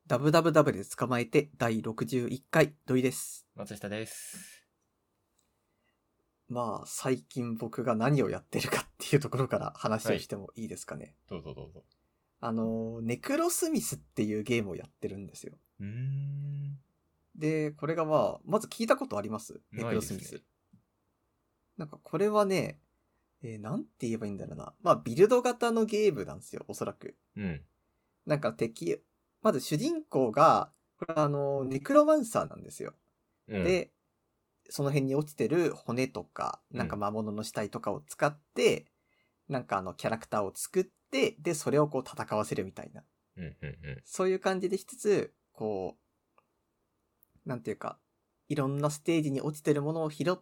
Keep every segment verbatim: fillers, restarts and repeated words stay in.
ダブダブダブで捕まえてだいろくじゅういっかい土井です。 松下です。 まあ最近僕が何をやってるかっていうところから話をしてもいいですかね。 はい、どうぞどうぞ。 あのネクロスミスっていうゲームをやってるんですよ。 うーん。 でこれがまあまず聞いたことあります？ネクロスミス。 ないですね。 なんかこれはね、えー、なんて言えばいいんだろうな。まあビルド型のゲームなんですよ、おそらく。 うん。 なんか敵、まず主人公がこれあのネクロマンサーなんですよ。 うん、 でその辺に落ちてる骨とか、なんか魔物の死体とかを使って、うん、なんかあのキャラクターを作って、で、それをこう戦わせるみたいな。 うんうんうん、 そういう感じでしつつ、こう、なんていうか、いろんなステージに落ちてるものを拾って、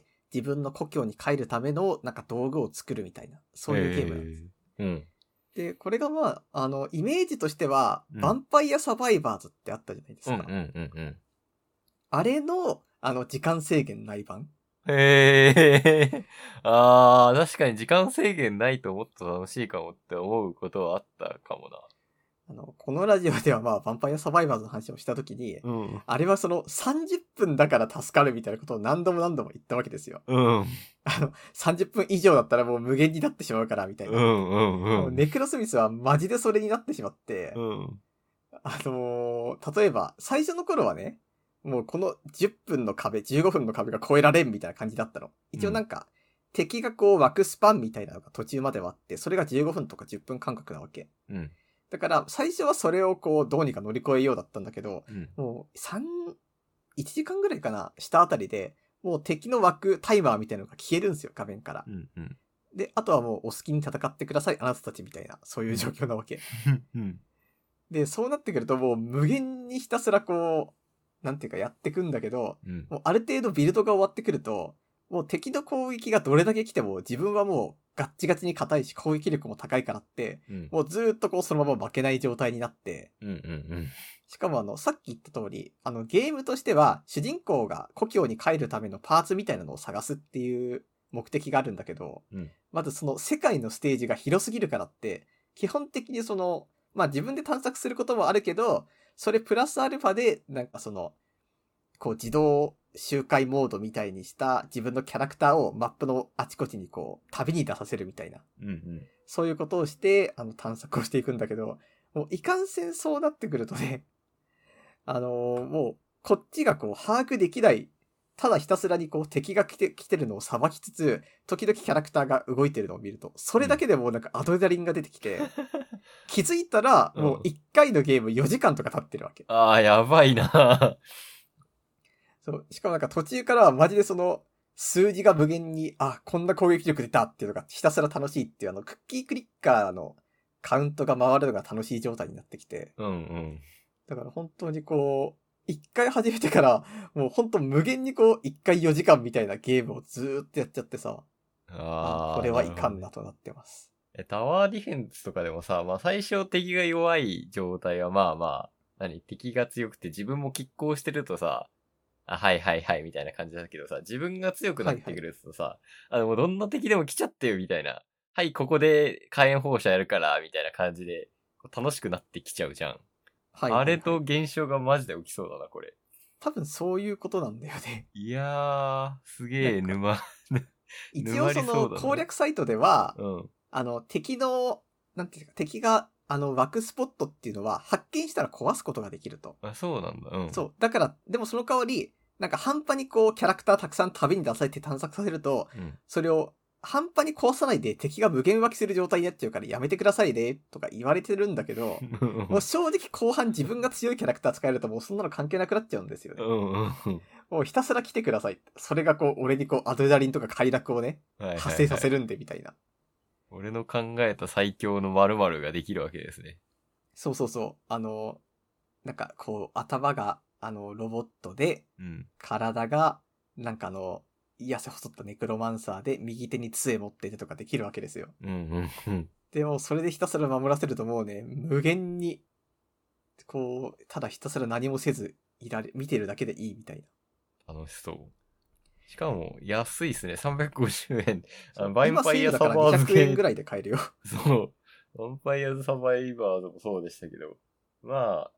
自分の故郷に帰るためのなんか道具を作るみたいな、そういうゲームなんです。 えー、うん。 で、これがまあ、あの、イメージとしては、うん、ヴァンパイアサバイバーズってあったじゃないですか。 うんうんうんうん。 あれの、あの、時間制限ない版。 へえ。ああ、確かに時間制限ないともっと楽しいかもって思うことはあったかもな。 あの、このラジオではまあ、ヴァンパイアサバイバーズの話をしたときに、うん、あれはそのさんじゅっぷんだから助かるみたいなことを何度も何度も言ったわけですよ。 うん。 あの、さんじゅっぷん以上だったらもう無限になってしまうから、みたいな。 うんうんうん。 ネクロスミスはマジでそれになってしまって、 うん。 あのー、例えば、最初の頃はね、もうこのじゅっぷんの壁、じゅうごふんの壁が超えられんみたいな感じだったの。一応なんか、うん、敵がこう湧くスパンみたいなのが途中まではあって、それがじゅうごふんとかじゅっぷん間隔なわけ。 うん。 だから、最初はそれをこう、どうにか乗り越えようだったんだけど、うん、もう、さん、いちじかんぐらいかな、したあたりで、もう敵の枠タイマーみたいなのが消えるんですよ、画面から。うんうん、で、あとはもうお好きに戦ってください、あなたたちみたいな、そういう状況なわけ。うん、で、そうなってくるともう無限にひたすらこう、なんていうかやってくんだけど、うん、もうある程度ビルドが終わってくると、もう敵の攻撃がどれだけ来ても自分はもうガッチガチに硬いし攻撃力も高いからって、うん、もうずーっとこうそのまま負けない状態になって、うんうんうん、しかもあの、さっき言った通り、あのゲームとしては主人公が故郷に帰るためのパーツみたいなのを探すっていう目的があるんだけど、うん、まずその世界のステージが広すぎるからって、基本的にその、まあ自分で探索することもあるけど、それプラスアルファで、なんかその、こう自動周回モードみたいにした自分のキャラクターをマップのあちこちにこう旅に出させるみたいな、うんうん、そういうことをしてあの探索をしていくんだけど、もういかんせんそうなってくるとね、あのー、もうこっちがこう把握できない、ただひたすらにこう敵が来て来てるのをさばきつつ、時々キャラクターが動いてるのを見ると、それだけでもうなんかアドレナリンが出てきて、うん、気づいたらもういっかいのゲームよじかんとか経ってるわけ。 ああ、やばいな。 そう、しかもなんか途中からはマジでその数字が無限に、あ、こんな攻撃力出たっていうのがひたすら楽しいっていうあのクッキークリッカーのカウントが回るのが楽しい状態になってきて。 うんうん。 だから本当にこう、一回始めてからもう本当無限にこう一回よじかんみたいなゲームをずーっとやっちゃってさ。ああ、これはいかんなとなってます。 え、タワーディフェンスとかでもさ、まあ最初敵が弱い状態はまあまあ、何敵が強くて自分も拮抗してるとさ、あ、はいはいはいみたいな感じだけどさ、自分が強くなってくるとさ、はいはい、あのもうどんな敵でも来ちゃってよみたいな、はい、ここで火炎放射やるからみたいな感じで楽しくなってきちゃうじゃん。はいはいはい、あれと現象がマジで起きそうだな、これ。 多分そういうことなんだよね。 いやー、すげえ沼。 一応その攻略サイトでは、うん、あの敵の、なんていうか、敵があの湧くスポットっていうのは発見したら壊すことができると。 あ、そうなんだ。うん。 そう。だから、でもその代わり、なんか半端にこうキャラクターたくさん旅に出されて探索させると、うん、それを半端に壊さないで敵が無限湧きする状態になっちゃうからやめてくださいねとか言われてるんだけど、もう正直後半自分が強いキャラクター使えるともうそんなの関係なくなっちゃうんですよね。うんうん、もうひたすら来てください。それがこう俺にこうアドレナリンとか快楽をね、はいはいはい、発生させるんでみたいな。 俺の考えた最強の〇〇ができるわけですね。 そうそうそう。あの、なんかこう頭があのロボットで、うん、体がなんかあの痩せ細ったネクロマンサーで右手に杖持っててとかできるわけですよ。うんうんうん、でもそれでひたすら守らせるともうね無限にこうただひたすら何もせずいられ見てるだけでいいみたいな。楽しそう。しかも安いですね。さんびゃくごじゅうえん。 あのバインパイアサバイバーズ系にひゃくえんぐらいで買えるよ。 そう。バンパイアズサバイバーズもそうでしたけど。まあ、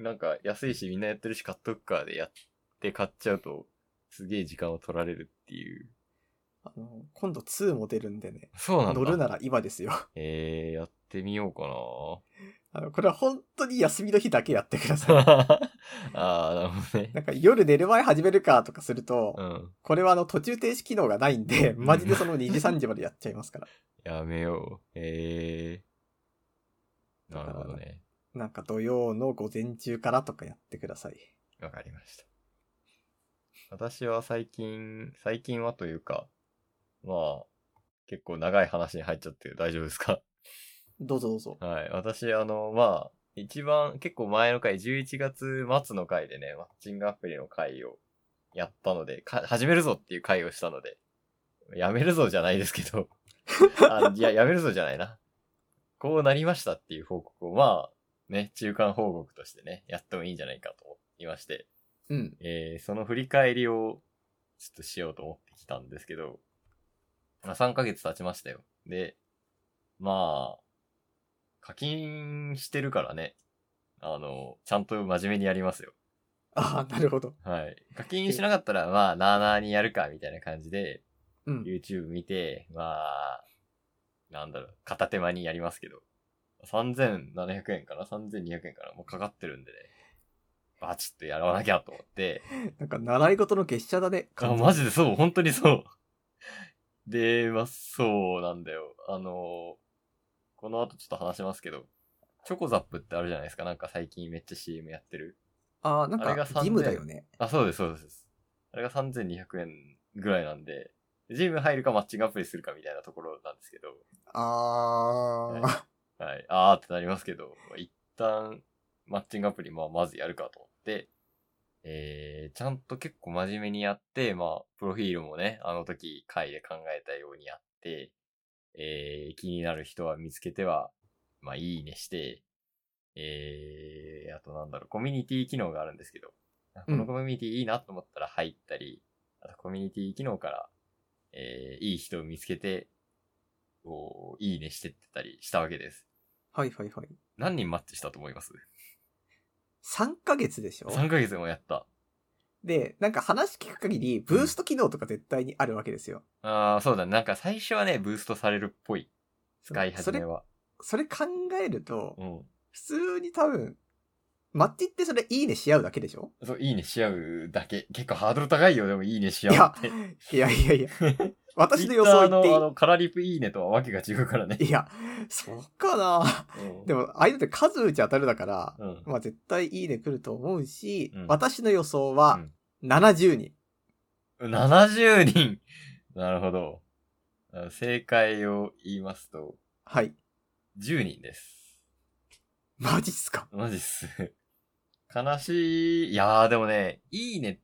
なんか安いしみんなやってるし買っとくかでやって買っちゃうと、すげえ時間を取られるっていう。 あの、今度ツーも出るんでね。 そうなんだ。 乗るなら今ですよ。 えー、やってみようかな。 あの、これは本当に休みの日だけやってください。 あー、なるほどね。 なんか夜寝る前始めるかとかすると、 うん、 これはあの途中停止機能がないんで、マジでそのにじさんじまでやっちゃいますから。 やめよう。えー。なるほどね。 なんか土曜の午前中からとかやってください。 わかりました。私は最近、最近はというか、まあ、結構長い話に入っちゃって大丈夫ですか？ どうぞどうぞ。 はい。私、あの、まあ、一番、結構前の回、じゅういちがつ末の回でね、マッチングアプリの回をやったので、か始めるぞっていう回をしたので、やめるぞじゃないですけど、あいや、やめるぞじゃないな。こうなりましたっていう報告を、まあ、ね、中間報告としてね、やってもいいんじゃないかと思いまして、 うん。 えー、その振り返りを、ちょっとしようと思ってきたんですけど、まあ、さんかげつ経ちましたよ。で、まあ、課金してるからね。あの、ちゃんと真面目にやりますよ。 ああ、なるほど。 はい。課金しなかったら、まあ、なーなーにやるか、みたいな感じで、 うん。 YouTube 見て、まあ、なんだろう、片手間にやりますけど、さんぜんななひゃくえんかな ?さんぜんにひゃくえんかなもうかかってるんでね。バチッとやらなきゃと思って。 なんか習い事の月謝だね。 あ、マジでそう、本当にそう。で、まあ、そうなんだよ。あの、この後ちょっと話しますけど、チョコザップってあるじゃないですか。なんか最近めっちゃ シーエム やってる。 ああ、なんか義務だよね。 あ、そうです、そうです。あれがさんぜんにひゃくえんぐらいなんで、ジム入るかマッチングアプリするかみたいなところなんですけど。 ああ、 はい。はい、あーってなりますけど、一旦マッチングアプリまあまずやるかと思って、えー、ちゃんと結構真面目にやって、まあ、プロフィールもね、あの時回で考えたようにやって、えー、気になる人は見つけては、まあ、いいねして、えー、あとなんだろう、コミュニティ機能があるんですけど、このコミュニティいいなと思ったら入ったり、うん、あとコミュニティ機能から、えー、いい人を見つけて、こう、いいねしてってたりしたわけです。 はいはいはい。 何人マッチしたと思います？ さん ヶ月でしょ ?さん ヶ月もやった。 で、なんか話聞く限り、ブースト機能とか絶対にあるわけですよ。 うん、ああ、そうだね。なんか最初はね、ブーストされるっぽい。使い始めは。 それ、それ考えると、 うん、 普通に多分、マッチってそれいいねし合うだけでしょ？ そう、いいねし合うだけ。結構ハードル高いよ、でもいいねし合うって。 いや、いやいやいや。私の予想言っていい？ あの、あの、カラリプいいねとはわけが違うからね。 いや、そうかな、うん、でも、ああいうのって数打ち当たるだから、うん、まあ絶対いいね来ると思うし、うん、私の予想は、ななじゅうにん。 うん、ななじゅうにんなるほど。正解を言いますと、 はい。 じゅうにんです。 マジっすか？ マジっす。悲しい。いやーでもね、いいねって、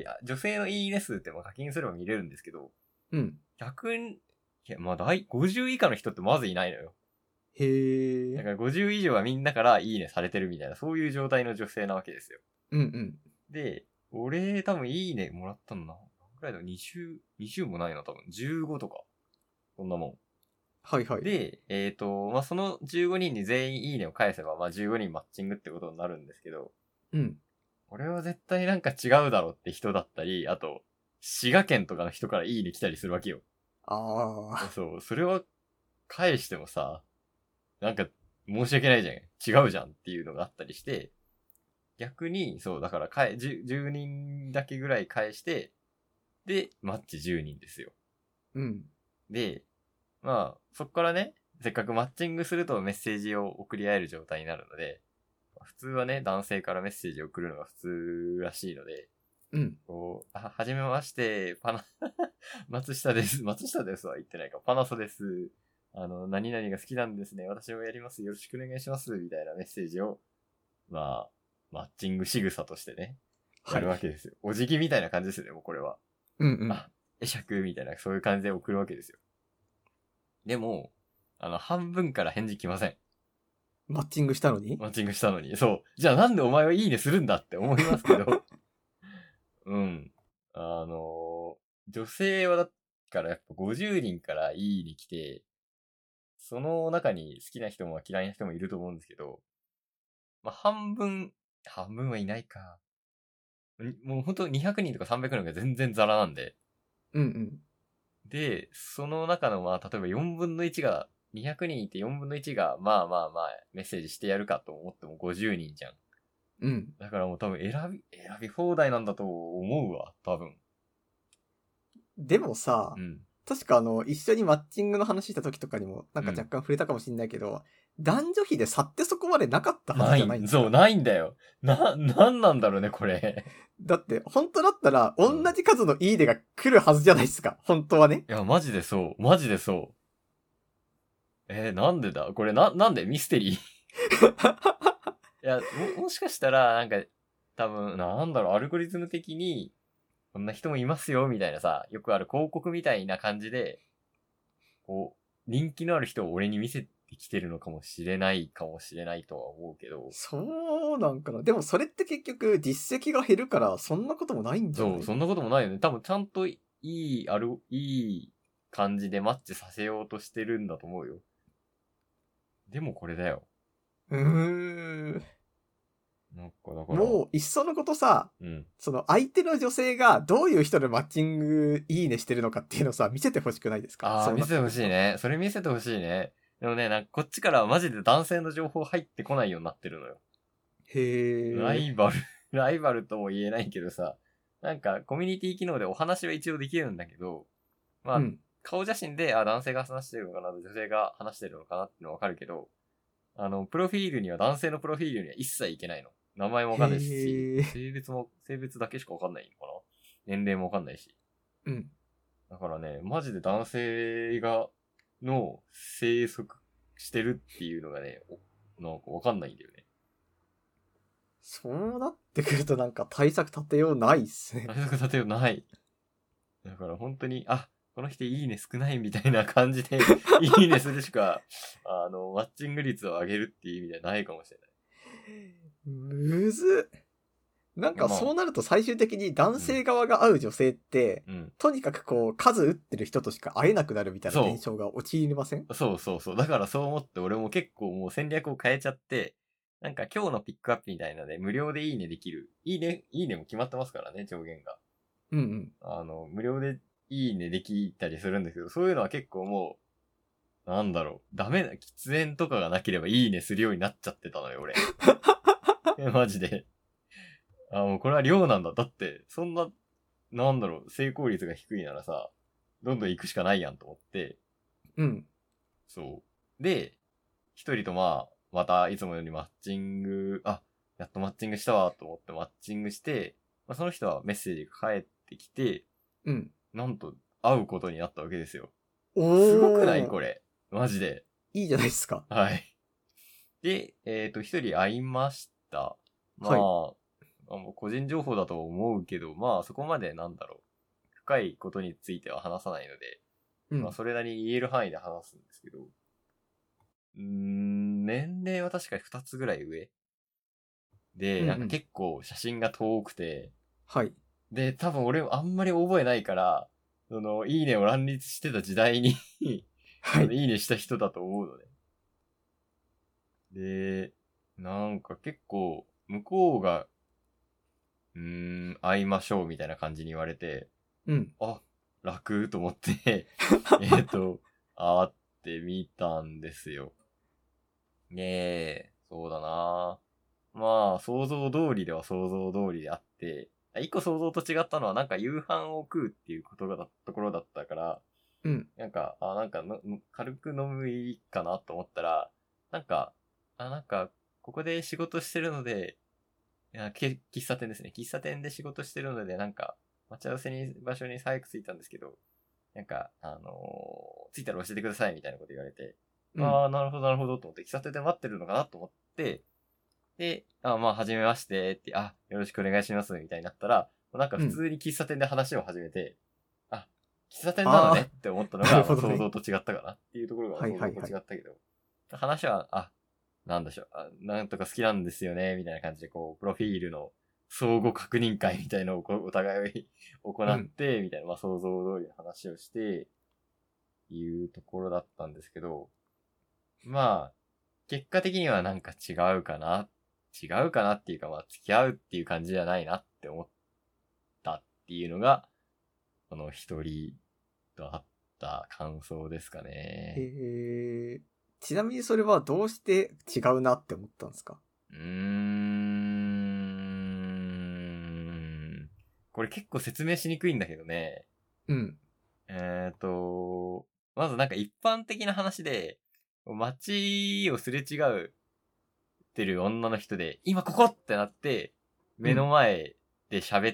女性のいいね数って課金すれば見れるんですけど、 うん。 ひゃく、いや、まあ、大、ごじゅう以下の人ってまずいないのよ。 へー。 だからごじゅう以上はみんなからいいねされてるみたいな、そういう状態の女性なわけですよ。 うんうん。 で、俺多分いいねもらったのな。何くらいだ ?にじゅう、にじゅうもないな、多分。じゅうごとか。そんなもん。 はいはい。 で、えっと、まあ、そのじゅうごにんに全員いいねを返せば、まあ、じゅうごにんマッチングってことになるんですけど、 うん。 俺は絶対なんか違うだろうって人だったり、あと、滋賀県とかの人からいいね来たりするわけよ。 ああ。 そう、それは返してもさ、なんか申し訳ないじゃん。違うじゃんっていうのがあったりして、逆に、そう、だからかえ、じゅうにんだけぐらい返して、で、マッチじゅうにんですよ。 うん。 で、まあ、そっからね、せっかくマッチングするとメッセージを送り合える状態になるので、普通はね、男性からメッセージを送るのが普通らしいので、 うん。 こう、あ、はじめまして、パナ、松下です。松下ですは言ってないか。パナソです。あの、何々が好きなんですね。私もやります。よろしくお願いします。みたいなメッセージを、まあ、マッチング仕草としてね、やるわけですよ。はい、お辞儀みたいな感じですよね、もうこれは。 うんうん。 あ、会釈みたいな、そういう感じで送るわけですよ。でも、あの、半分から返事来ません。 マッチングしたのに？ マッチングしたのに。そう。じゃあなんでお前はいいねするんだって思いますけど。うん。あのー、女性はだからやっぱごじゅうにんからいいに来て、その中に好きな人も嫌いな人もいると思うんですけど、まあ、半分半分はいないか。もうほんとにひゃくにんとかさんびゃくにんが全然ザラなんで。 うんうん。 で、その中のまあ、例えばよんぶんのいちが、にひゃくにんいてよんぶんのいちが、まあまあまあ、メッセージしてやるかと思ってもごじゅうにんじゃん。 うん。 だからもう多分選び、選び放題なんだと思うわ、多分。 でもさ、 うん。 確かあの、一緒にマッチングの話した時とかにも、なんか若干触れたかもしんないけど、うん、男女比で差ってそこまでなかったはずじゃないんですか？ そう、ないんだよ。な、なんなんだろうね、これ。 だって、本当だったら、同じ数のいいねが来るはずじゃないですか。本当はね。 いや、マジでそう。マジでそう。えー、なんでだこれな、なんでミステリーいや、も、もしかしたら、なんか、多分、なんだろう、アルゴリズム的に、こんな人もいますよ、みたいなさ、よくある広告みたいな感じで、こう、人気のある人を俺に見せてきてるのかもしれないかもしれないとは思うけど。 そうなんかな。でもそれって結局実績が減るから、そんなこともないんじゃない？ そう、そんなこともないよね。多分ちゃんといい、ある、いい感じでマッチさせようとしてるんだと思うよ。でもこれだよ。 うーん。 なんかだから。 もう、いっそのことさ、 うん。 その相手の女性がどういう人でマッチングいいねしてるのかっていうのをさ、見せてほしくないですか？ ああ、見せてほしいね。それ見せてほしいね。でもね、なんかこっちからはマジで男性の情報入ってこないようになってるのよ。 へえ。 ライバル、ライバルとも言えないけどさ、なんかコミュニティ機能でお話は一応できるんだけど、まあ、うん、顔写真で、あ、男性が話してるのかな、女性が話してるのかなっていうのはわかるけど、あの、プロフィールには、男性のプロフィールには一切いけないの。名前もわかんないし、性別も、性別だけしかわかんないのかな？年齢もわかんないし。 うん。 だからね、マジで男性が、の生息してるっていうのがね、なんかわかんないんだよね。 そうなってくるとなんか対策立てようないっすね。 対策立てようない。だから本当に、あ、この人いいね少ないみたいな感じで、いいねするしか、あの、マッチング率を上げるっていう意味ではないかもしれない。 むずっ。なんかそうなると最終的に男性側が会う女性って、うん、とにかくこう数打ってる人としか会えなくなるみたいな現象が陥りません？ そうそうそう。だからそう思って俺も結構もう戦略を変えちゃって、なんか今日のピックアップみたいなので無料でいいねできる。いいね、いいねも決まってますからね、上限が。 うんうん。 あの、無料でいいねできたりするんですけど、そういうのは結構もう、なんだろう、ダメな、喫煙とかがなければいいねするようになっちゃってたのよ、俺。マジで。あ、もうこれは量なんだ。だって、そんな、なんだろう、成功率が低いならさ、どんどん行くしかないやんと思って。 うん。 そう。で、一人とまあ、またいつもよりマッチング、あ、やっとマッチングしたわと思ってマッチングして、まあ、その人はメッセージが返ってきて、 うん。 なんと会うことになったわけですよ。 おー。 すごくないこれ。マジで。 いいじゃないですか。 はい。で、えっと、一人会いました。まあ、はい、あの個人情報だと思うけど、まあそこまでなんだろう。深いことについては話さないので、うん、まあそれなりに言える範囲で話すんですけど、うーん、年齢は確かにふたつぐらい上。で、うんうん、なんか結構写真が遠くて、 はい。 で、多分俺あんまり覚えないから、その、いいねを乱立してた時代にはい、いいねした人だと思うのね。で、なんか結構、向こうが、うーん、会いましょうみたいな感じに言われて、 うん。 あ、楽と思ってえっと、会ってみたんですよ。ねえ、そうだなまあ、想像通りでは想像通りであって、一個想像と違ったのはなんか夕飯を食うっていうことが、ところだったから、 うん。 なんか、あ、なんかの、軽く飲むいいかなと思ったら、なんか、あ、なんか、ここで仕事してるので、いや、喫茶店ですね。喫茶店で仕事してるので、なんか、待ち合わせに、場所に早く着いたんですけど、なんか、あのー、着いたら教えてくださいみたいなこと言われて、うん、ああ、なるほど、なるほど、と思って、喫茶店で待ってるのかなと思って、で、あまあ、はじめまして、って、あ、よろしくお願いします、みたいになったら、なんか普通に喫茶店で話を始めて、うん、あ、喫茶店なのねって思ったのが、想像と違ったかなっていうところが想像と違ったけど、はいはいはい、話は、あ、なんでしょう、あ、なんとか好きなんですよね、みたいな感じで、こう、プロフィールの相互確認会みたいのをお互い行って、うん、みたいな、まあ想像通りの話をして、いうところだったんですけど、まあ、結果的にはなんか違うかなっ違うかなっていうか、まあ、付き合うっていう感じじゃないなって思ったっていうのが、この一人とあった感想ですかね。 へえ。ちなみにそれはどうして違うなって思ったんですか？ うーん。これ結構説明しにくいんだけどね。 うん。 えっと、まずなんか一般的な話で、街をすれ違うってる女の人で、今ここってなって、目の前で喋って、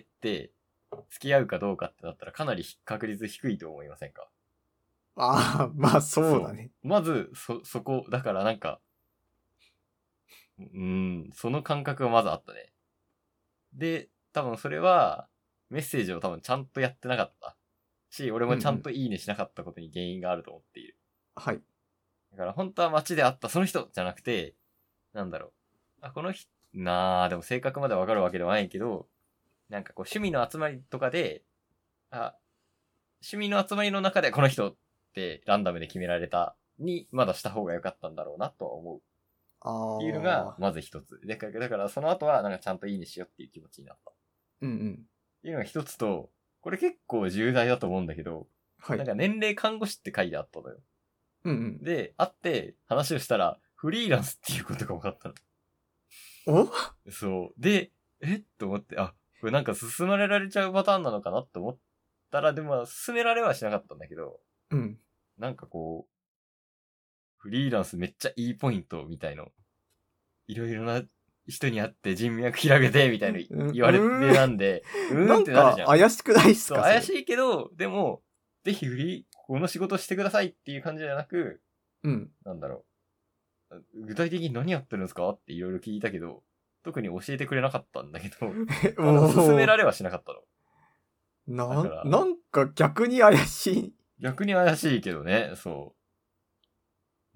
付き合うかどうかってなったらかなり確率低いと思いませんか？ ああ、まあそうだね。 まず、そ、そこ、だからなんか、うーん、その感覚がまずあったね。で、多分それは、メッセージを多分ちゃんとやってなかったし、俺もちゃんといいねしなかったことに原因があると思っている。 はい。 だから本当は街で会ったその人じゃなくて、なんだろう。あ、この人、なあ、でも性格までわかるわけではないけど、なんかこう趣味の集まりとかで、あ、趣味の集まりの中でこの人ってランダムで決められたに、まだした方が良かったんだろうなとは思う。 ああ。 っていうのが、まず一つ。だから、だからその後はなんかちゃんといいねしようっていう気持ちになった。 うんうん。 っていうのが一つと、これ結構重大だと思うんだけど、 はい。 なんか年齢看護師って書いてあったのよ。 うんうん。 で、会って話をしたら、フリーランスっていうことが分かったの。 おそう。で、えっと思って、あ、これなんか進まれられちゃうパターンなのかなって思ったら、でも進められはしなかったんだけど、 うん。 なんかこう、フリーランスめっちゃいいポイントみたいの、いろいろな人に会って人脈広げてみたいの言われてなんで、うーんってなるじゃん。 なんか怪しくないっすか？ そう、怪しいけど、でも、ぜひフリー、この仕事してくださいっていう感じじゃなく、 うん。 なんだろう。具体的に何やってるんですかっていろいろ聞いたけど、特に教えてくれなかったんだけど、あの、勧められはしなかったの。なん、なんか逆に怪しい。 逆に怪しいけどね、そう。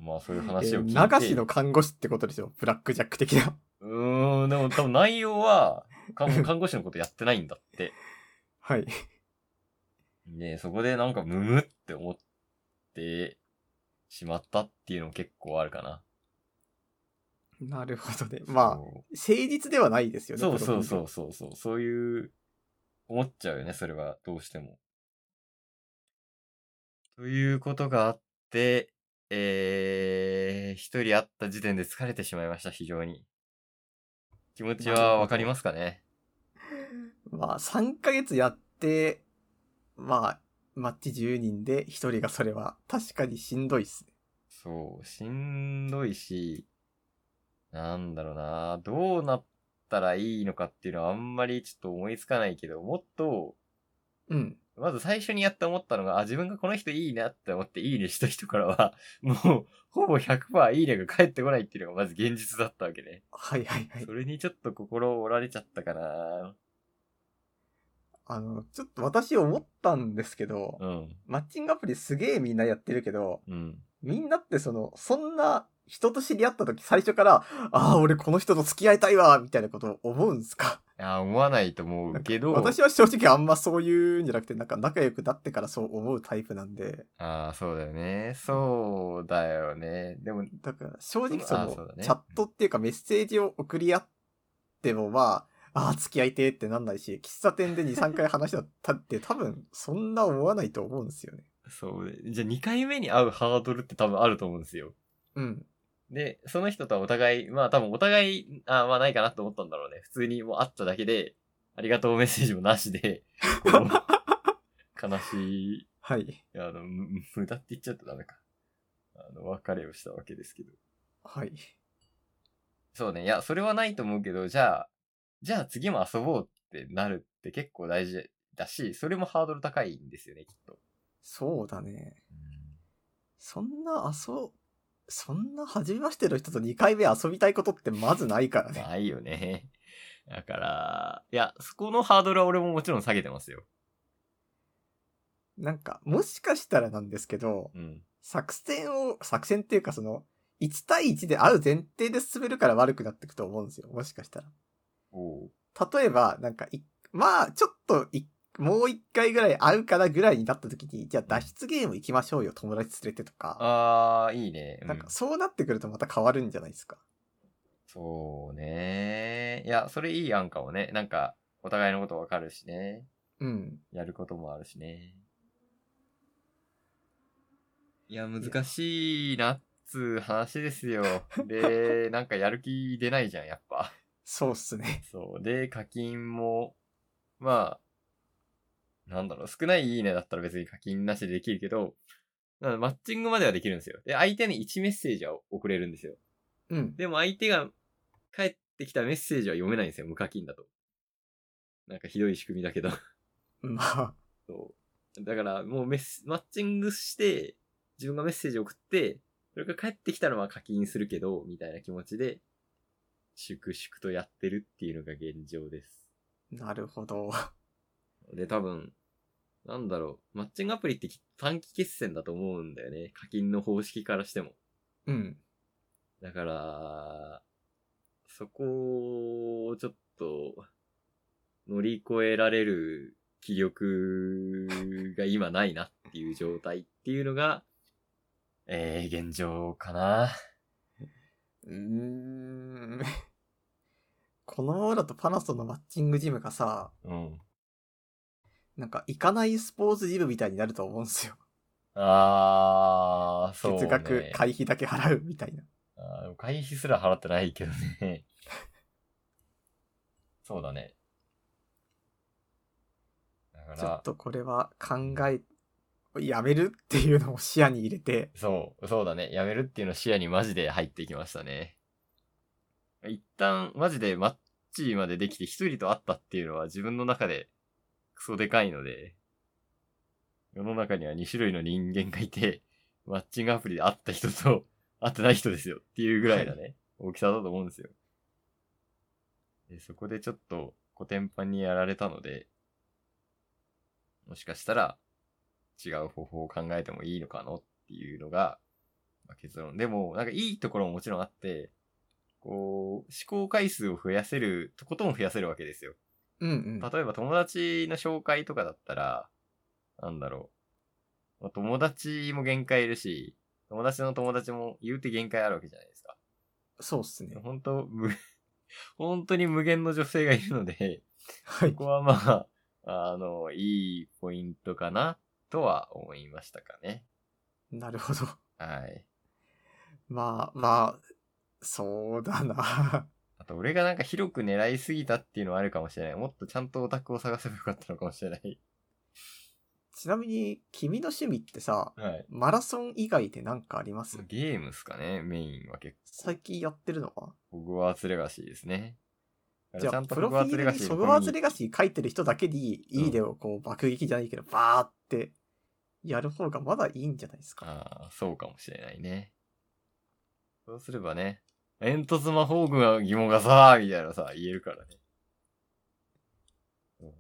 まあそういう話を聞いて。 えー、流しの看護師ってことでしょ？ブラックジャック的な。 うーん、でも多分内容は、看護師のことやってないんだって。 はい。 で、そこでなんかムムって思ってしまったっていうのも結構あるかな。 なるほどね。まあ、誠実ではないですよね。 そうそうそうそうそう。そういう、思っちゃうよね、それは。どうしても。ということがあって、えー、一人会った時点で疲れてしまいました、非常に。気持ちはわかりますかね？ まあ、さんかげつやって、まあ、マッチじゅうにんでひとりがそれは確かにしんどいっすね。 そう、しんどいし、なんだろうな、どうなったらいいのかっていうのはあんまりちょっと思いつかないけど、もっと、 うん。 まず最初にやって思ったのが、あ、自分がこの人いいなって思っていいねした人からは、もう、ほぼ ひゃくパーセント いいねが返ってこないっていうのがまず現実だったわけね。 はいはいはい。 それにちょっと心折られちゃったかな。 あの、ちょっと私思ったんですけど、 うん。 マッチングアプリすげえみんなやってるけど、 うん。 みんなってその、そんな人と知り合った時最初から、ああ、俺この人と付き合いたいわ、みたいなことを思うんすか？ いや、思わないと思うけど。 私は正直あんまそういうんじゃなくて、なんか仲良くなってからそう思うタイプなんで。 ああ、そうだよね。そうだよね。でも、 だから正直その、 そね、 チャットっていうかメッセージを送り合ってもまあ、ああ、付き合いてってなんないし、喫茶店でに、さんかい話したって多分そんな思わないと思うんですよね。 そう。じゃあにかいめに会うハードルって多分あると思うんですよ。 うん。 で、その人とはお互い、まあ多分お互い、あまあないかなと思ったんだろうね。普通にもう会っただけで、ありがとうメッセージもなしで、こう悲しい。 はい。 あの、無駄って言っちゃうとダメか。あの、別れをしたわけですけど。 はい。 そうね。いや、それはないと思うけど、じゃあ、じゃあ次も遊ぼうってなるって結構大事だし、それもハードル高いんですよね、きっと。 そうだね。そんな遊、そんな初めましての人とにかいめ遊びたいことってまずないからね。 ないよね。だから、いや、そこのハードルは俺ももちろん下げてますよ。 なんか、もしかしたらなんですけど、 うん、 作戦を、作戦っていうかその、いち対いちで会う前提で進めるから悪くなっていくと思うんですよ。もしかしたら。 お例えば、なんかい、まあ、ちょっとい、もう一回ぐらい会うからぐらいになった時に、じゃあ脱出ゲーム行きましょうよ、友達連れてとか。 あー、いいね。 うん、なんか、そうなってくるとまた変わるんじゃないですか。 そうね。いや、それいい案かもね。なんか、お互いのことわかるしね。 うん。 やることもあるしね。いや、難しいなっつう話ですよ。で、なんかやる気出ないじゃん、やっぱ。 そうっすね。 そう。で、課金も、まあ、なんだろう、少ないいいねだったら別に課金なしでできるけど、マッチングまではできるんですよ。で、相手にいちメッセージは送れるんですよ。 うん。 でも相手が返ってきたメッセージは読めないんですよ、無課金だと。なんかひどい仕組みだけど。 まあ。 そう。だからもうメス、マッチングして、自分がメッセージを送って、それが返ってきたらまあ課金するけど、みたいな気持ちで、粛々とやってるっていうのが現状です。 なるほど。 で、多分、なんだろう、マッチングアプリって短期決戦だと思うんだよね。課金の方式からしても。 うん。 だから、そこをちょっと乗り越えられる気力が今ないなっていう状態っていうのが、えー、現状かな。 うーん。このままだとパナソのマッチングジムがさ、 うん。 なんか行かないスポーツジムみたいになると思うんですよ。 あー、そうね。 月額会費だけ払うみたいな。 あー会費すら払ってないけどね。そうだね。だからちょっとこれは考え、やめるっていうのを視野に入れて。 そう、そうだね。やめるっていうの視野にマジで入ってきましたね。一旦、マジでマッチまでできて一人と会ったっていうのは自分の中でクソでかいので、世の中にはに種類の人間がいて、マッチングアプリで会った人と会ってない人ですよっていうぐらいだね。はい、大きさだと思うんですよ。でそこでちょっとコテンパンにやられたので、もしかしたら違う方法を考えてもいいのかなっていうのが、まあ、結論。でも、なんかいいところももちろんあって、こう、試行回数を増やせる、とことん増やせるわけですよ。 うんうん。 例えば友達の紹介とかだったら、なんだろう。友達も限界いるし、友達の友達も言うて限界あるわけじゃないですか。 そうっすね。 本当無、本当に無限の女性がいるので、 はい。 ここはまあ、あの、いいポイントかな、とは思いましたかね。 なるほど。 はい。 まあ、まあ、そうだな。 あと、俺がなんか広く狙いすぎたっていうのはあるかもしれない。もっとちゃんとオタクを探せばよかったのかもしれない。 ちなみに、君の趣味ってさ、 はい。 マラソン以外で何かあります？ ゲームっすかね、メインは結構。 最近やってるのはホグワーツレガシーですね。 じゃあ、プロフィールにホグワーツレガシー書いてる人だけに、いいねをこう、爆撃じゃないけど、バーってやる方がまだいいんじゃないですか。 ああ、そうかもしれないね。そうすればね、煙突魔法軍は疑問がさーみたいなさ、言えるからね。そうだね。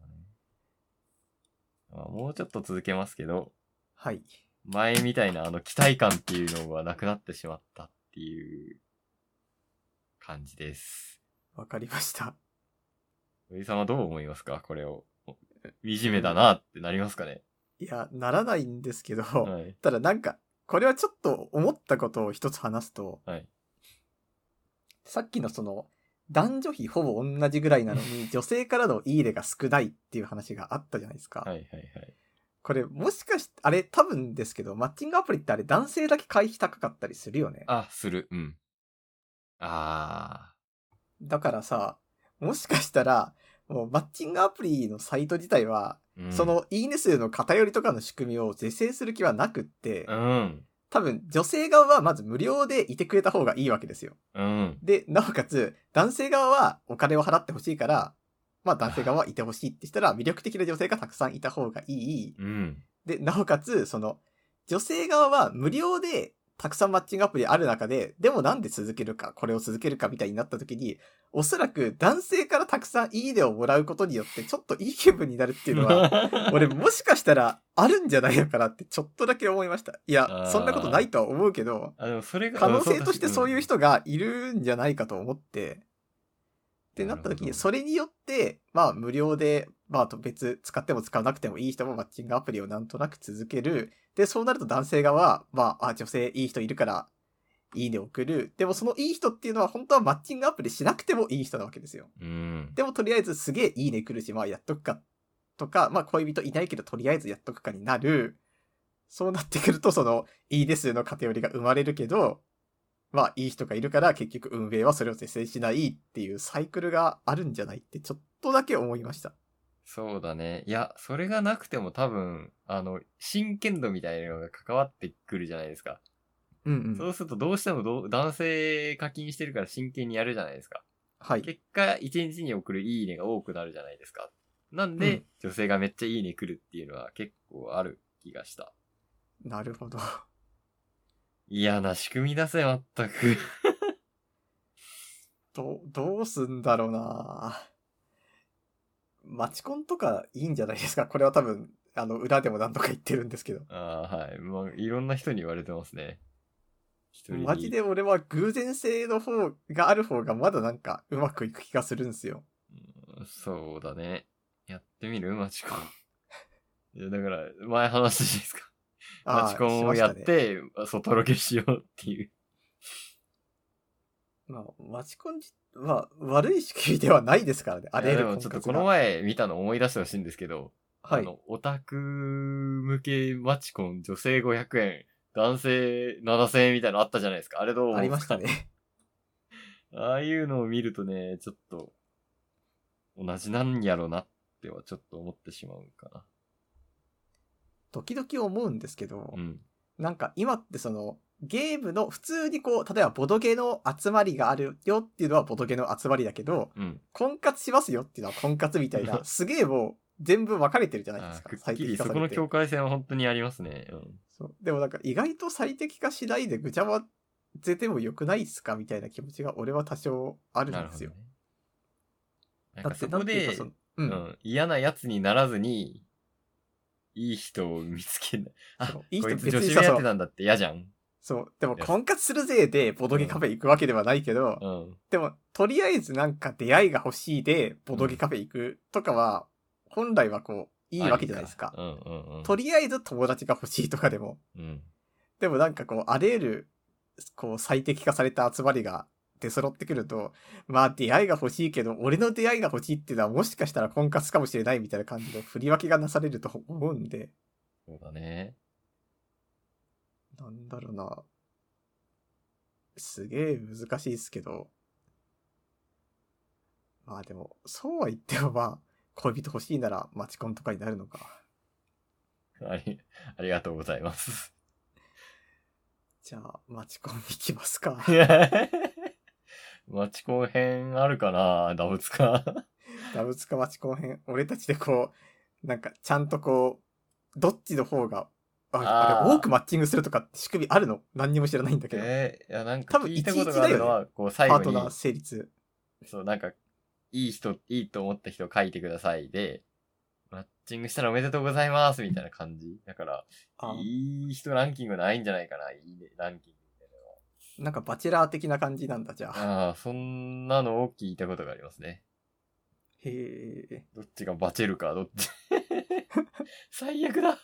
まあ、もうちょっと続けますけど、 はい。 前みたいなあの期待感っていうのがなくなってしまったっていう感じです。 わかりました。 おじさんはどう思いますかこれを。惨めだなってなりますかね。 いや、ならないんですけど、 はい、 ただなんか、これはちょっと思ったことを一つ話すと、 はい、 さっきのその、男女比ほぼ同じぐらいなのに、女性からのいいねが少ないっていう話があったじゃないですか。 はいはいはい。 これ、もしかして、あれ、多分ですけど、マッチングアプリってあれ、男性だけ会費高かったりするよね。 あ、する。うん。あー。だからさ、もしかしたら、もうマッチングアプリのサイト自体は、うん、そのいいね数の偏りとかの仕組みを是正する気はなくって、 うん。 多分、女性側はまず無料でいてくれた方がいいわけですよ。 うん。 で、なおかつ、男性側はお金を払ってほしいから、まあ男性側はいてほしいってしたら、魅力的な女性がたくさんいた方がいい。 うん。 で、なおかつ、その、女性側は無料でたくさんマッチングアプリある中で、でもなんで続けるか、これを続けるかみたいになった時に、おそらく男性からたくさんいいねをもらうことによって、ちょっといい気分になるっていうのは、俺もしかしたらあるんじゃないのかなってちょっとだけ思いました。いや、そんなことないとは思うけど、 あでもそれが可能性としてそういう人がいるんじゃないかと思って、ってなった時に、それによって、まあ無料で、まあ別使っても使わなくてもいい人もマッチングアプリをなんとなく続ける。で、そうなると男性側は、まあ、あ、女性いい人いるから、 いいねを送る。でもそのいい人っていうのは本当はマッチングアプリしなくてもいい人なわけですよ。 うん。 でもとりあえずすげえいいね来るし、まあやっとくかとか、まあ恋人いないけどとりあえずやっとくかになる。そうなってくるとそのいいね数の偏りが生まれるけど、まあいい人がいるから結局運営はそれを是正しないっていうサイクルがあるんじゃないってちょっとだけ思いました。 そうだね。いや、それがなくても多分、あの、真剣度みたいなのが関わってくるじゃないですか。 うんうん。 そうするとどうしてもど男性課金してるから真剣にやるじゃないですか。 はい。 結果、一日に送るいいねが多くなるじゃないですか。なんで、うん、女性がめっちゃいいね来るっていうのは結構ある気がした。 なるほど。 嫌な仕組みだぜ、まったく。 ど、どうすんだろうなマチコンとかいいんじゃないですか。これは多分、あの、裏でも何とか言ってるんですけど。 ああ、はい。まあ、いろんな人に言われてますね。 マジで俺は偶然性の方がある方がまだなんかうまくいく気がするんですよ。 うん、そうだね。やってみるマチコン。いや、だから、前話していいですか。マチコンをやって、ね、外ロケしようっていう。 まあ、マチコンは悪い仕組みではないですからね。あれでもちょっとこの前見たの思い出してほしいんですけど、はい。あの、オタク向けマチコン女性ごひゃくえん、男性ななせんえんみたいなのあったじゃないですか。あれどう思いますか？ありましたね。ああいうのを見るとね、ちょっと、同じなんやろなってはちょっと思ってしまうかな。 時々思うんですけど、うん、なんか今ってその、ゲームの普通にこう、例えばボドゲの集まりがあるよっていうのはボドゲの集まりだけど、うん、婚活しますよっていうのは婚活みたいな、すげえもう全部分かれてるじゃないですか。 くっきりそこの境界線は本当にありますね。うん、 そう。でもなんか意外と最適化しないでぐちゃ混ぜてもよくないっすかみたいな気持ちが俺は多少あるんですよ。 ね、なんかそこで、うんうん、嫌なやつにならずに、いい人を見つけない。あ、いい人別に女子目当てなんだって嫌じゃん。 そう。でも婚活するぜでボドゲカフェ行くわけではないけど、うん、でもとりあえずなんか出会いが欲しいでボドゲカフェ行くとかは、本来はこう、いいわけじゃないですか。うんうんうん、とりあえず友達が欲しいとかでも。うん、でもなんかこう、あらゆる、こう最適化された集まりが出揃ってくると、まあ出会いが欲しいけど、俺の出会いが欲しいっていうのはもしかしたら婚活かもしれないみたいな感じの振り分けがなされると思うんで。 そうだね。 なんだろうな。すげえ難しいですけど。まあでも、そうは言ってもまあ、恋人欲しいならマチコンとかになるのか。 あり、ありがとうございます。 じゃあ、マチコン行きますか。 マチコン編あるかな？ダブツか。 ダブツかマチコン編。俺たちでこう、なんかちゃんとこう、どっちの方が、あ, あれ多くマッチングするとかって仕組みあるの？何にも知らないんだけど。 えー、いやなんか聞いたことがあるのは、こう最後に。 パートナー成立。 そう、なんか、いい人、いいと思った人書いてくださいで、マッチングしたらおめでとうございますみたいな感じ。だから、いい人ランキングないんじゃないかな、いいね、ランキングみたいなのは。 なんかバチェラー的な感じなんだ、じゃあ。 ああ、そんなのを聞いたことがありますね。 へえ。 どっちがバチェるか、どっち。最悪だ。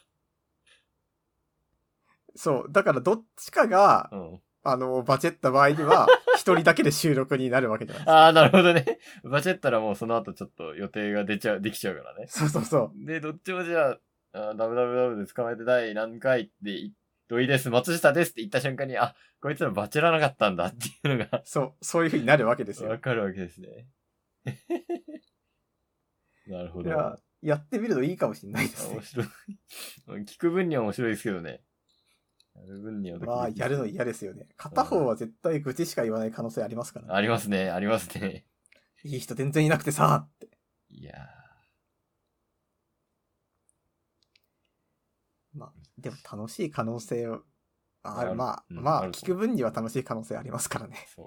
そう、だからどっちかが、うん、あの、バチェった場合には、一人だけで収録になるわけじゃないですか。 ああ、なるほどね。バチェったらもうその後ちょっと予定が出ちゃう、できちゃうからね。 そうそうそう。 で、どっちもじゃあ、ダブダブダブで捕まえて第何回って土井です、松下ですって言った瞬間に、あ、こいつらバチェらなかったんだっていうのが。 そう、そういう風になるわけですよ。 わかるわけですね。なるほど。 いや、やってみるといいかもしれないですね。 面白い。聞く分には面白いですけどね。やる分にはまあ、やるの嫌ですよね。片方は絶対愚痴しか言わない可能性ありますからね。 ありますね、ありますね。 いい人全然いなくてさ、って。 いやー。まあ、でも楽しい可能性を、ある、まあ、うん、まあ、聞く分には楽しい可能性ありますからね。そう。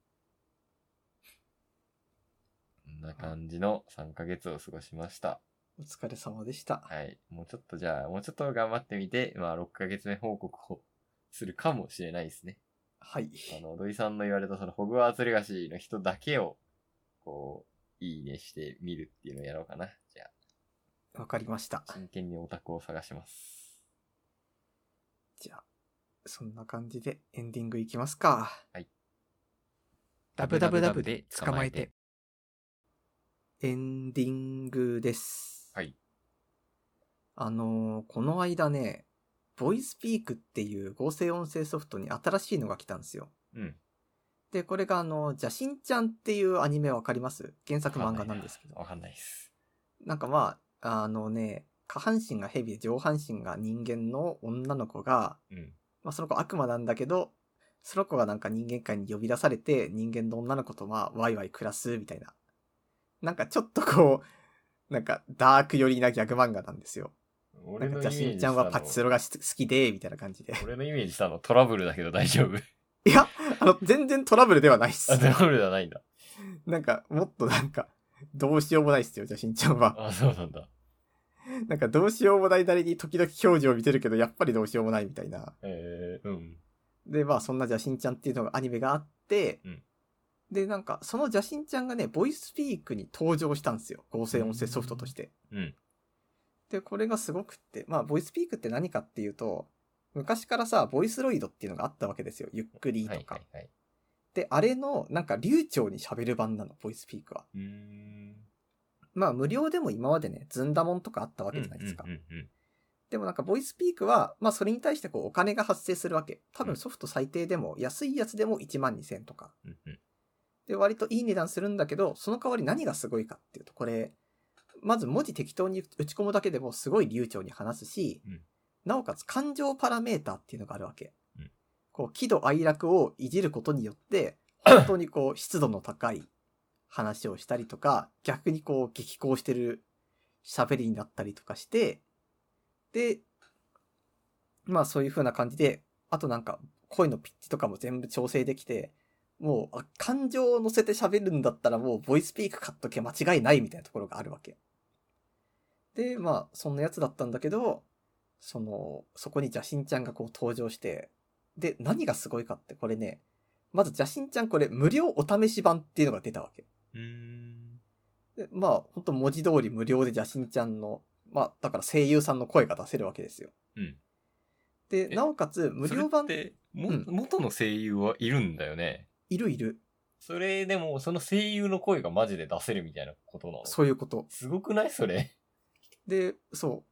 こんな感じのさんかげつを過ごしました。 お疲れ様でした。 はい。もうちょっとじゃあ、もうちょっと頑張ってみて、まあ、ろっかげつめ報告をするかもしれないですね。 はい。 あの、土井さんの言われたそのホグワーツレガシーの人だけを、こう、いいねしてみるっていうのをやろうかな。じゃあ。わかりました。 真剣にオタクを探します。 じゃあ、 そんな感じでエンディングいきますか。 はい。 ダブダブダブで捕まえて。エンディングです。 はい。 あのー、この間ね、ボイスピークっていう合成音声ソフトに新しいのが来たんですよ。 うん。 で、これがあの、じゃしんちゃんっていうアニメわかります？原作漫画なんですけど。 わかんないです。 なんかまあ、あのね、下半身が蛇で上半身が人間の女の子が、 うん。 まあその子悪魔なんだけど、その子がなんか人間界に呼び出されて、人間の女の子とまあワイワイ暮らすみたいな。なんかちょっとこう、なんかダーク寄りなギャグ漫画なんですよ。なんかじゃしんちゃんはパチスロが好きで、みたいな感じで。 俺のイメージしたのトラブルだけど大丈夫？いや、あの、全然トラブルではないっす。 あ、トラブルではないんだ。 なんか、もっとなんか、どうしようもないっすよ、じゃしんちゃんは。 あ、そうなんだ。 なんかどうしようもないなりに時々表情を見てるけど、やっぱりどうしようもないみたいな。 えー、うん。 で、まあそんなじゃしんちゃんっていうのがアニメがあって、 うん、 で、なんかそのじゃしんちゃんがね、ボイスピークに登場したんですよ。合成音声ソフトとして。 うん。 で、これがすごくって、まあボイスピークって何かっていうと、昔からさ、ボイスロイドっていうのがあったわけですよ。ゆっくりとか。はいはいはい、で、あれの、なんか流暢に喋る版なの、ボイスピークは。 うーん。 まあ無料でも今までね、ずんだもんとかあったわけじゃないですか。 うんうんうんうん、 でもなんかボイスピークは、まあそれに対してこうお金が発生するわけ。多分ソフト最低でも、安いやつでもいちまんにせんえんとか。 うんうん、 で、割といい値段するんだけど、その代わり何がすごいかっていうと、これ、まず文字適当に打ち込むだけでもすごい流暢に話すし、うん、なおかつ感情パラメータっていうのがあるわけ。うん、こう、喜怒哀楽をいじることによって、本当にこう、湿度の高い話をしたりとか、逆にこう、激高してる喋りになったりとかして、で、まあそういう風な感じで、あとなんか、声のピッチとかも全部調整できて、もう、あ、感情を乗せて喋るんだったらもう、ボイスピーク買っとけ間違いないみたいなところがあるわけ。で、まあ、そんなやつだったんだけど、その、そこにジャシンちゃんがこう登場して、で、何がすごいかってこれね、まずジャシンちゃんこれ無料お試し版っていうのが出たわけ。 うーん。 で、まあ、ほんと文字通り無料でジャシンちゃんの、まあ、だから声優さんの声が出せるわけですよ。 うん。 で、なおかつ無料版って、も、うん、元の声優はいるんだよね。 いるいる。 それでも、その声優の声がマジで出せるみたいなことなの？ そういうこと。 すごくないそれ。 で、そう。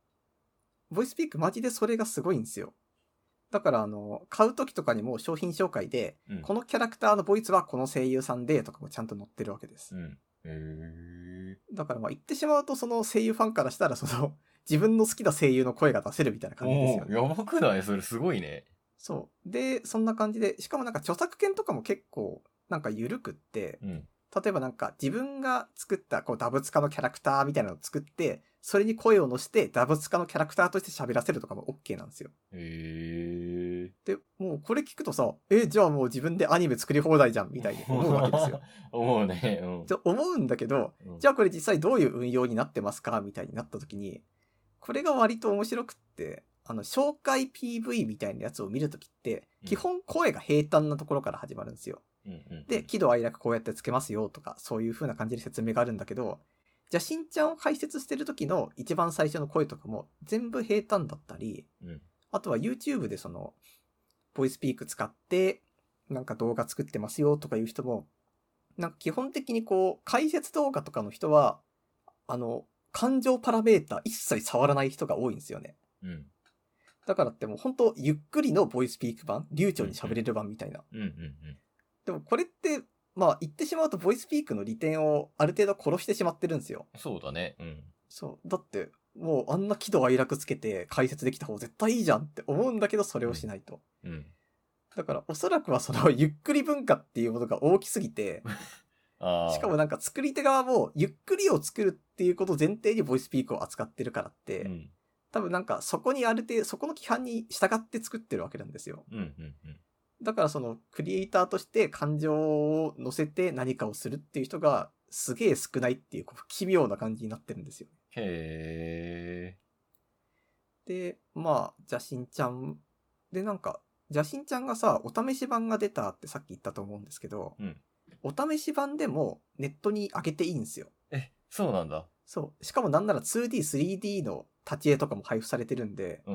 ボイスピークマジでそれがすごいんですよ。だからあの、買う時とかにも商品紹介で、うん、このキャラクターのボイスはこの声優さんでとかもちゃんと載ってるわけです。うん、へー。だからまあ言ってしまうとその声優ファンからしたらその、自分の好きな声優の声が出せるみたいな感じですよね。 やばくない？それすごいね。 そう。で、そんな感じで、しかもなんか著作権とかも結構なんか緩くって、うん、例えばなんか自分が作ったこうダブツカのキャラクターみたいなのを作って、それに声を乗せてダブツカのキャラクターとして喋らせるとかも OK なんですよ。 へー。 で、もうこれ聞くとさ、え、じゃあもう自分でアニメ作り放題じゃんみたいに思うわけですよ。 思うね。うん。 じゃ思うんだけど、うん、じゃあこれ実際どういう運用になってますかみたいになった時に、これが割と面白くって、あの、紹介 ピーブイ みたいなやつを見るときって、基本声が平坦なところから始まるんですよ。うんうんうん、で、喜怒哀楽こうやってつけますよとか、そういう風な感じで説明があるんだけど、じゃあ、しんちゃんを解説してる時の一番最初の声とかも全部平坦だったり、うん、あとは YouTube でその、ボイスピーク使って、なんか動画作ってますよとかいう人も、なんか基本的にこう、解説動画とかの人は、あの、感情パラメータ一切触らない人が多いんですよね。うん。だからってもう本当ゆっくりのボイスピーク版、流暢に喋れる版みたいな。うんうんうん。でもこれって、まあ言ってしまうとボイスピークの利点をある程度殺してしまってるんですよ。 そうだね。うん。 そう。だって、もうあんな喜怒哀楽つけて解説できた方絶対いいじゃんって思うんだけどそれをしないと。うん。うん、だからおそらくはそのゆっくり文化っていうものが大きすぎて、あしかもなんか作り手側もゆっくりを作るっていうことを前提にボイスピークを扱ってるからって、うん、多分なんかそこにある程度、そこの規範に従って作ってるわけなんですよ。うんうんうん、だからそのクリエイターとして感情を乗せて何かをするっていう人がすげえ少ないっていう奇妙な感じになってるんですよ。へー。で、まあ、じゃしんちゃん。で、なんか、じゃしんちゃんがさ、お試し版が出たってさっき言ったと思うんですけど、うん、お試し版でもネットに上げていいんですよ。 え、そうなんだ。 そう。しかもなんなら ツーディー、スリーディー の立ち絵とかも配布されてるんで、うん、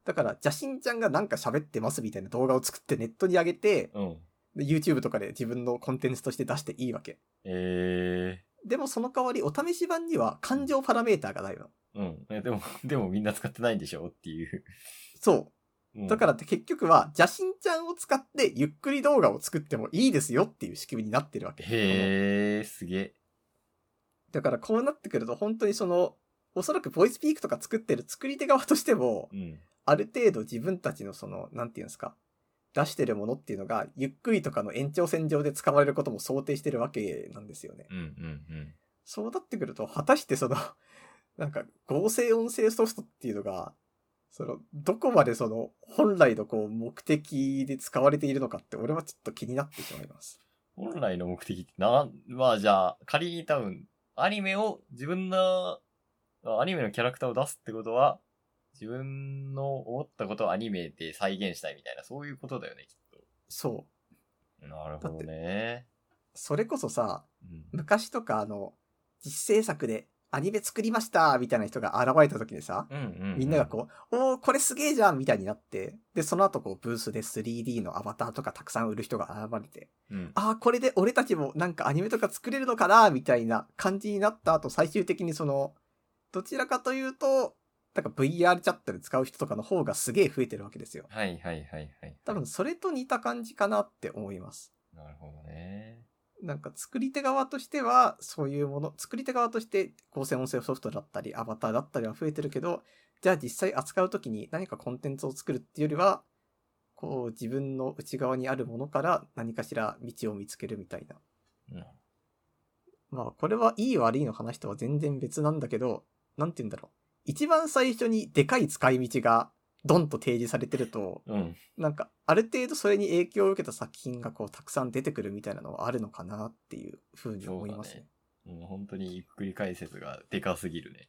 だから、邪神ちゃんがなんか喋ってますみたいな動画を作ってネットに上げて、 うん。 で YouTube とかで自分のコンテンツとして出していいわけ。 えでもその代わりお試し版には感情パラメーターがないの。 うん。え、でも、でもみんな使ってないんでしょっていう。 そう。 うん、 だからって結局は、邪神ちゃんを使ってゆっくり動画を作ってもいいですよっていう仕組みになってるわけ。 へー、すげえ。 だからこうなってくると本当にその、おそらくボイスピークとか作ってる作り手側としても、 うん、 ある程度自分たちのその、なんていうんですか、出してるものっていうのが、ゆっくりとかの延長線上で使われることも想定してるわけなんですよね。 うん、うん、うん。 そうなってくると、果たしてその、なんか合成音声ソフトっていうのが、その、どこまでその、本来のこう、目的で使われているのかって、俺はちょっと気になってしまいます。 本来の目的ってな、まあじゃあ、仮に多分、アニメを、自分の、アニメのキャラクターを出すってことは、自分の思ったことをアニメで再現したいみたいな、そういうことだよね、きっと。 そう。なるほどね。 それこそさ、 うん、 昔とかあの、実制作でアニメ作りましたみたいな人が現れた時にさ、 うんうんうん、 みんながこう、おー、これすげえじゃんみたいになって、で、その後こう、ブースで スリーディー のアバターとかたくさん売る人が現れて、 うん、 あー、これで俺たちもなんかアニメとか作れるのかなみたいな感じになった後、最終的にその、どちらかというと、なんか ブイアール チャットで使う人とかの方がすげえ増えてるわけですよ。 はいはいはいはい。 多分それと似た感じかなって思います。 なるほどね。 なんか作り手側としてはそういうもの、作り手側として合成音声ソフトだったりアバターだったりは増えてるけど、じゃあ実際扱うときに何かコンテンツを作るっていうよりは、こう自分の内側にあるものから何かしら道を見つけるみたいな。 うん、 まあこれはいい悪いの話とは全然別なんだけど、なんて言うんだろう。一番最初にでかい使い道がドンと提示されてると、 うん、 なんかある程度それに影響を受けた作品がこうたくさん出てくるみたいなのはあるのかなっていうふうに思いますね。 もう本当にゆっくり解説がでかすぎるね。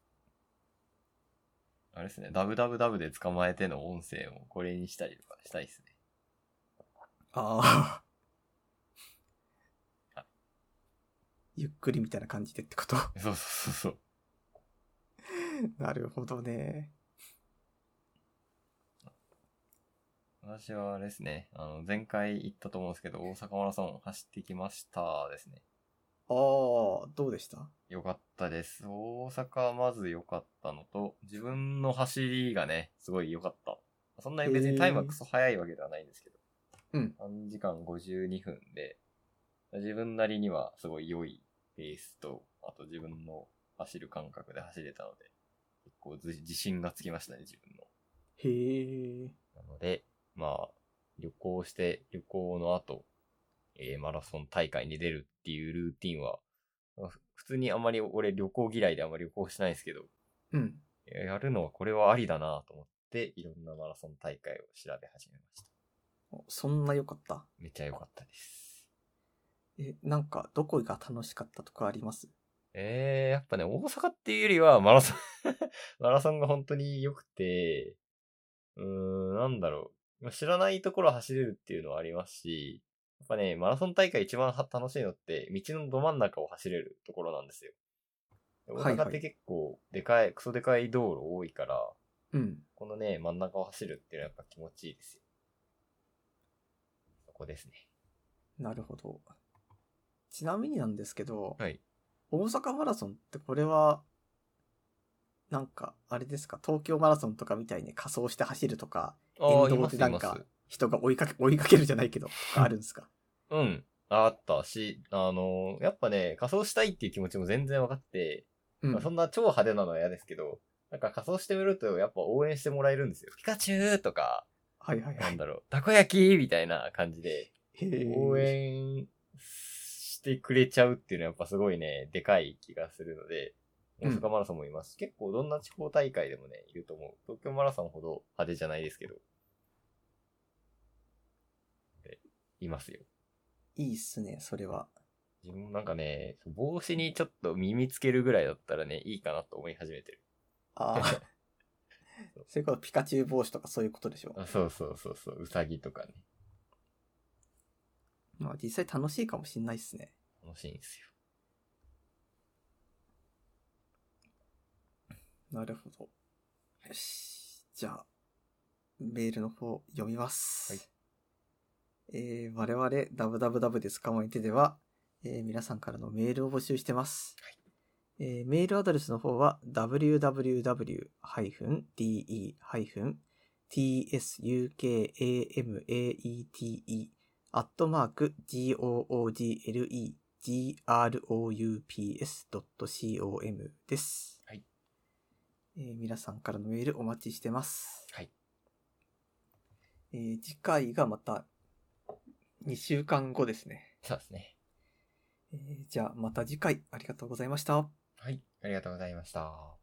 あれですね、ダブダブダブで捕まえての音声もこれにしたりとかしたいですね。 ああ。ゆっくりみたいな感じでってことそうそうそうそう。 なるほどね。 私はあれですね、あの、前回行ったと思うんですけど、大阪マラソン走ってきましたですね。 ああ、どうでした？ よかったです。大阪はまず良かったのと、自分の走りがね、すごい良かった。そんなに別にタイムはクソ早いわけではないんですけど。 うん。 さんじかんごじゅうにふんで、自分なりにはすごい良いペースと、あと自分の走る感覚で走れたので、結構自信がつきましたね、自分の。 へえ。 なので、まあ、旅行して、旅行の後、えー、マラソン大会に出るっていうルーティンは、普通にあんまり俺旅行嫌いであんまり旅行してないんですけど、 うん。 やるのはこれはありだなと思って、いろんなマラソン大会を調べ始めました。 そんな良かった？ めっちゃ良かったです。 え、なんか、どこが楽しかったとかあります？ えー、やっぱね、大阪っていうよりはマラソン、マラソンが本当に良くて、うーん、なんだろう。知らないところを走れるっていうのはありますし、やっぱね、マラソン大会一番楽しいのって、道のど真ん中を走れるところなんですよ。大はいはい。 阪って結構でかい、クソでかい道路多いから、 うん。 このね、真ん中を走るっていうのはやっぱ気持ちいいですよ。そこですね。 なるほど。ちなみになんですけど、 はい。 大阪マラソンってこれは、なんか、あれですか、東京マラソンとかみたいに仮装して走るとか、沿道でなんか、人が追いかけ、追いかけるじゃないけど、とかあるんですか？ うん。あったし、あのー、やっぱね、仮装したいっていう気持ちも全然分かって、うんまあ、そんな超派手なのは嫌ですけど、なんか仮装してみるとやっぱ応援してもらえるんですよ。ピカチュウとか、 はいはいはい。 なんだろう、たこ焼きみたいな感じで、応援してくれちゃうっていうのはやっぱすごいね、でかい気がするので、大阪マラソンもいます。うん、結構どんな地方大会でもね、いると思う。東京マラソンほど派手じゃないですけど。いますよ。 いいっすね、それは。 自分もなんかね、帽子にちょっと耳つけるぐらいだったらね、いいかなと思い始めてる。 ああ。それこそピカチュウ帽子とかそういうことでしょ？ あ、そうそうそうそう、うさぎとかね。 まあ実際楽しいかもしんないっすね。 楽しいんですよ。 なるほど。よし。じゃあ、 メールの方読みます。 はい。 えー、我々、ダブダブダブで捕まえてでは、えー、皆さんからのメールを募集してます。はい。えー、メールアドレスの方は ダブリューダブリューダブリュードットディーイー ティーエスユーケーエーエムエーイーティーイー アットマーク ジーオーオージーエルイージーアールオーユーピーエスドットコム です。はい。えー、皆さんからのメールお待ちしてます。はい。えー、次回がまたにしゅうかんごですね。 そうですね。 えー、じゃあまた次回ありがとうございました。 はい、ありがとうございました。